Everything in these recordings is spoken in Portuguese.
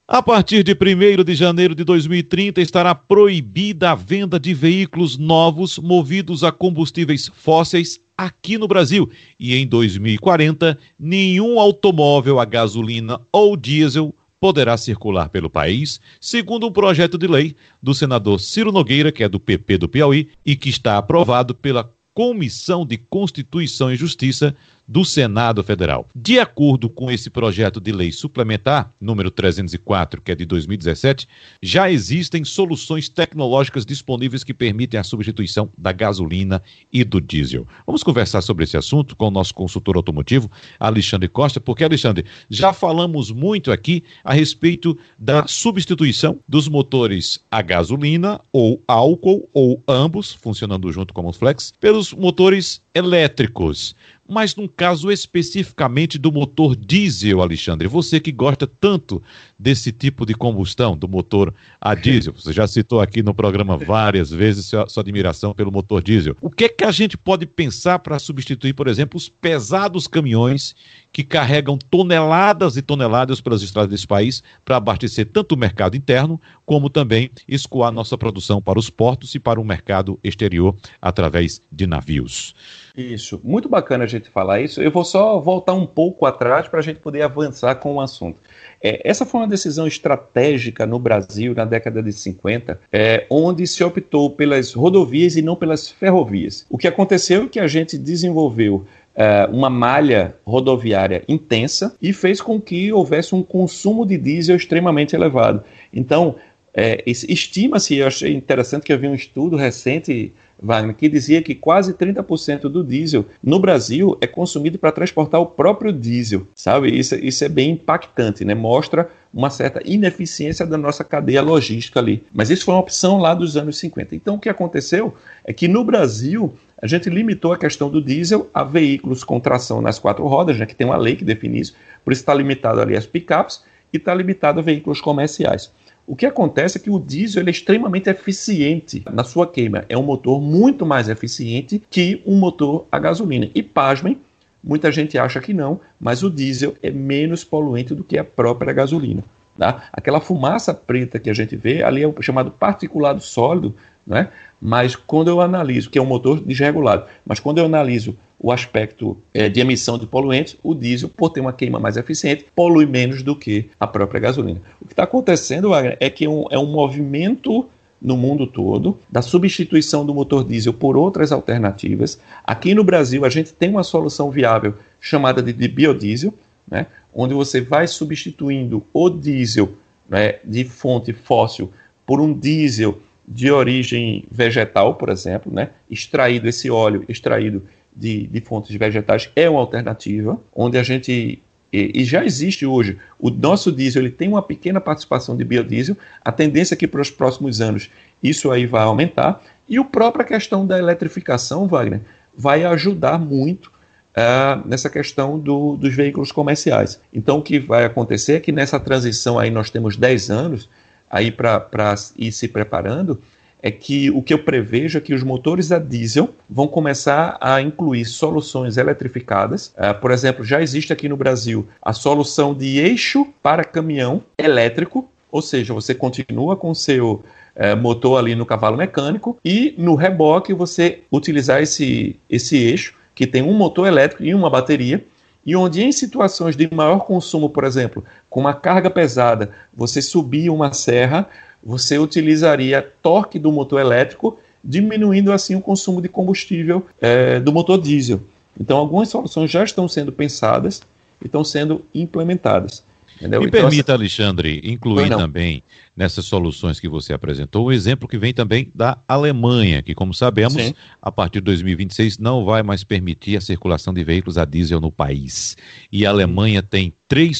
A partir de 1º de janeiro de 2030, estará proibida a venda de veículos novos movidos a combustíveis fósseis aqui no Brasil. E em 2040, nenhum automóvel a gasolina ou diesel poderá circular pelo país, segundo um projeto de lei do senador Ciro Nogueira, que é do PP do Piauí, e que está aprovado pela Comissão de Constituição e Justiça do Senado Federal. De acordo com esse projeto de lei suplementar, número 304, que é de 2017, já existem soluções tecnológicas disponíveis que permitem a substituição da gasolina e do diesel. Vamos conversar sobre esse assunto com o nosso consultor automotivo, Alexandre Costa, porque, Alexandre, já falamos muito aqui a respeito da substituição dos motores a gasolina ou álcool, ou ambos, funcionando junto como flex, pelos motores elétricos. Mas num caso especificamente do motor diesel, Alexandre, você que gosta tanto desse tipo de combustão, do motor a diesel, você já citou aqui no programa várias vezes sua admiração pelo motor diesel. O que é que a gente pode pensar para substituir, por exemplo, os pesados caminhões que carregam toneladas e toneladas pelas estradas desse país para abastecer tanto o mercado interno, como também escoar nossa produção para os portos e para o mercado exterior através de navios? Isso, muito bacana a gente falar isso. Eu vou só voltar um pouco atrás para a gente poder avançar com o assunto. Essa foi uma decisão estratégica no Brasil na década de 50, onde se optou pelas rodovias e não pelas ferrovias. O que aconteceu é que a gente desenvolveu uma malha rodoviária intensa e fez com que houvesse um consumo de diesel extremamente elevado. Então, estima-se, eu achei interessante que havia um estudo recente, Wagner, que dizia que quase 30% do diesel no Brasil é consumido para transportar o próprio diesel, sabe? Isso é bem impactante, né? Mostra uma certa ineficiência da nossa cadeia logística ali. Mas isso foi uma opção lá dos anos 50. Então, o que aconteceu é que no Brasil a gente limitou a questão do diesel a veículos com tração nas 4 rodas, né? Que tem uma lei que define isso, por isso está limitado ali às picapes e está limitado a veículos comerciais. O que acontece é que o diesel ele é extremamente eficiente na sua queima. É um motor muito mais eficiente que um motor a gasolina. E pasmem, muita gente acha que não, mas o diesel é menos poluente do que a própria gasolina. Tá? Aquela fumaça preta que a gente vê, ali é o chamado particulado sólido, né? Mas quando eu analiso, que é um motor desregulado, mas quando eu analiso o aspecto de emissão de poluentes, o diesel, por ter uma queima mais eficiente, polui menos do que a própria gasolina. O que está acontecendo, Wagner, é que é um movimento no mundo todo da substituição do motor diesel por outras alternativas. Aqui no Brasil, a gente tem uma solução viável chamada de biodiesel, né, onde você vai substituindo o diesel, né, de fonte fóssil por um diesel de origem vegetal, por exemplo, né, esse óleo extraído de fontes vegetais é uma alternativa, onde a gente, e já existe hoje, o nosso diesel ele tem uma pequena participação de biodiesel, a tendência é que para os próximos anos isso aí vai aumentar, e a própria questão da eletrificação, Wagner, vai ajudar muito nessa questão dos veículos comerciais. Então o que vai acontecer é que nessa transição aí nós temos 10 anos aí para ir se preparando, é que o que eu prevejo é que os motores a diesel vão começar a incluir soluções eletrificadas. Por exemplo, já existe aqui no Brasil a solução de eixo para caminhão elétrico, ou seja, você continua com o seu motor ali no cavalo mecânico e no reboque você utilizar esse eixo que tem um motor elétrico e uma bateria, e onde em situações de maior consumo, por exemplo, com uma carga pesada, você subir uma serra, você utilizaria torque do motor elétrico, diminuindo assim o consumo de combustível do motor diesel. Então, algumas soluções já estão sendo pensadas e estão sendo implementadas. Entendeu? Me permita, Alexandre, incluir também nessas soluções que você apresentou um exemplo que vem também da Alemanha, que, como sabemos, sim, a partir de 2026 não vai mais permitir a circulação de veículos a diesel no país. E a Alemanha tem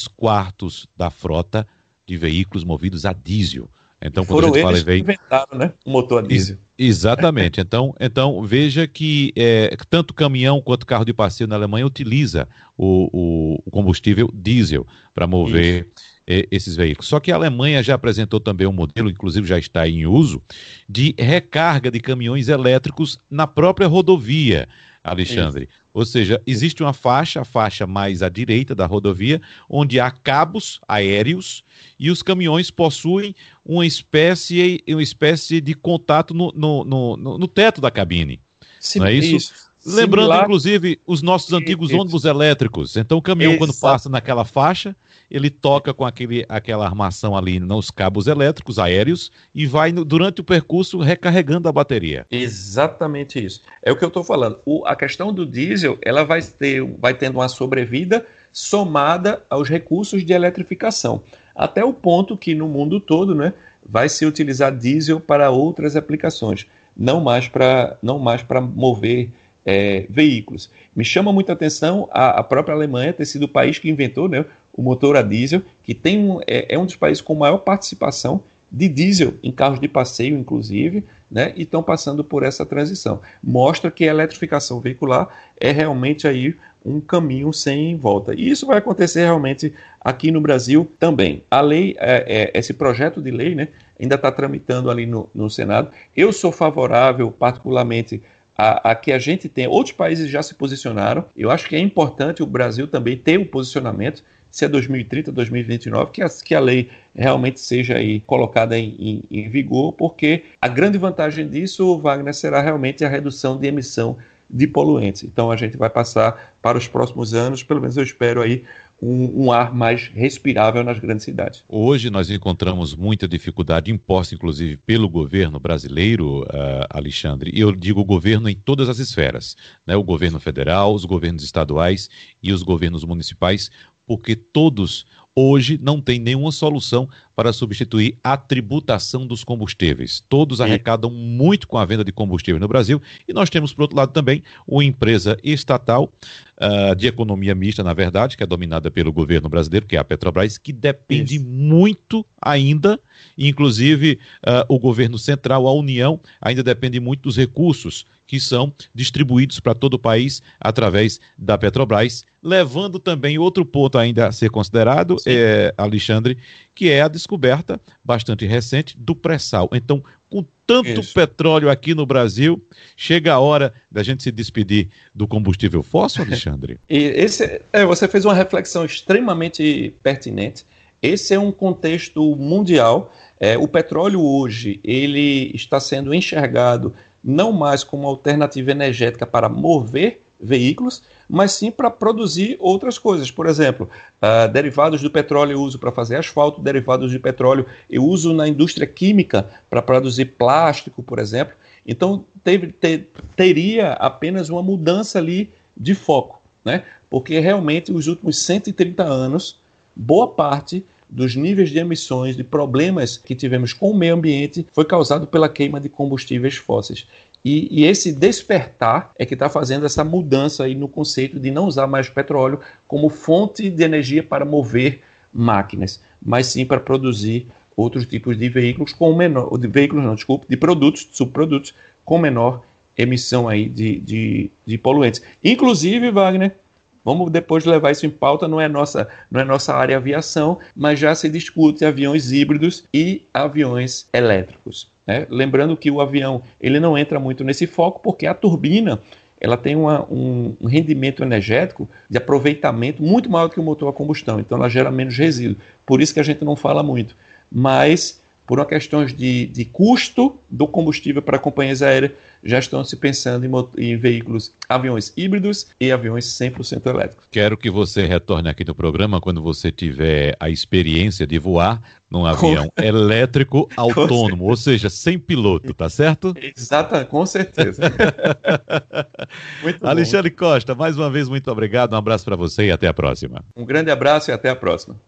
3/4 da frota de veículos movidos a diesel. Então, quando foram a gente fala eles que inventaram, né, o motor a diesel. Exatamente. Então veja que tanto caminhão quanto carro de passeio na Alemanha utiliza o combustível diesel para mover esses veículos. Só que a Alemanha já apresentou também um modelo, inclusive já está em uso, de recarga de caminhões elétricos na própria rodovia. Alexandre. Isso. Ou seja, existe uma faixa, a faixa mais à direita da rodovia, onde há cabos aéreos e os caminhões possuem uma espécie de contato no teto da cabine. Não é isso? Lembrando, Similar... inclusive, os nossos antigos ônibus elétricos. Então, o caminhão, quando passa naquela faixa, ele toca com aquela armação ali nos cabos elétricos aéreos e vai, durante o percurso, recarregando a bateria. Exatamente isso. É o que eu estou falando. A questão do diesel, ela vai tendo uma sobrevida somada aos recursos de eletrificação. Até o ponto que, no mundo todo, né, vai se utilizar diesel para outras aplicações. Não mais para mover veículos. Me chama muita atenção a própria Alemanha ter sido o país que inventou, né, o motor a diesel, que é um dos países com maior participação de diesel em carros de passeio, inclusive, né, e estão passando por essa transição. Mostra que a eletrificação veicular é realmente aí um caminho sem volta. E isso vai acontecer realmente aqui no Brasil também. A lei, esse projeto de lei, né, ainda está tramitando ali no Senado. Eu sou favorável, particularmente, a que a gente tenha. Outros países já se posicionaram. Eu acho que é importante o Brasil também ter um posicionamento, se é 2030, 2029, que a lei realmente seja aí colocada em vigor, porque a grande vantagem disso, Wagner, será realmente a redução de emissão de poluentes. Então a gente vai passar para os próximos anos, pelo menos eu espero aí, um ar mais respirável nas grandes cidades. Hoje nós encontramos muita dificuldade imposta, inclusive, pelo governo brasileiro, Alexandre, e eu digo governo em todas as esferas, né? O governo federal, os governos estaduais e os governos municipais, porque todos hoje não têm nenhuma solução para substituir a tributação dos combustíveis. Todos arrecadam muito com a venda de combustível no Brasil e nós temos, por outro lado, também uma empresa estatal de economia mista, na verdade, que é dominada pelo governo brasileiro, que é a Petrobras, que depende muito ainda, inclusive o governo central, a União, ainda depende muito dos recursos que são distribuídos para todo o país através da Petrobras, levando também outro ponto ainda a ser considerado, Alexandre, que é a descoberta bastante recente do pré-sal. Então, com tanto petróleo aqui no Brasil, chega a hora da gente se despedir do combustível fóssil, Alexandre? Você fez uma reflexão extremamente pertinente. Esse é um contexto mundial. O petróleo hoje ele está sendo enxergado não mais como alternativa energética para mover veículos, mas sim para produzir outras coisas. Por exemplo, derivados do petróleo eu uso para fazer asfalto, derivados de petróleo eu uso na indústria química para produzir plástico, por exemplo. Então, teria apenas uma mudança ali de foco, né? Porque realmente, os últimos 130 anos, boa parte dos níveis de emissões, de problemas que tivemos com o meio ambiente, foi causado pela queima de combustíveis fósseis. E esse despertar é que está fazendo essa mudança aí no conceito de não usar mais petróleo como fonte de energia para mover máquinas, mas sim para produzir outros tipos de veículos de produtos, subprodutos, com menor emissão aí de poluentes. Inclusive, Wagner, vamos depois levar isso em pauta, não é nossa área aviação, mas já se discute aviões híbridos e aviões elétricos. Lembrando que o avião ele não entra muito nesse foco, porque a turbina ela tem um rendimento energético de aproveitamento muito maior do que o motor a combustão, então ela gera menos resíduo. Por isso que a gente não fala muito. Mas, por uma questão de custo do combustível para companhias aéreas, já estão se pensando em veículos, aviões híbridos e aviões 100% elétricos. Quero que você retorne aqui no programa quando você tiver a experiência de voar num avião elétrico autônomo, ou seja, sem piloto, tá certo? Exatamente, com certeza. Muito Alexandre Costa, mais uma vez, muito obrigado, um abraço para você e até a próxima. Um grande abraço e até a próxima.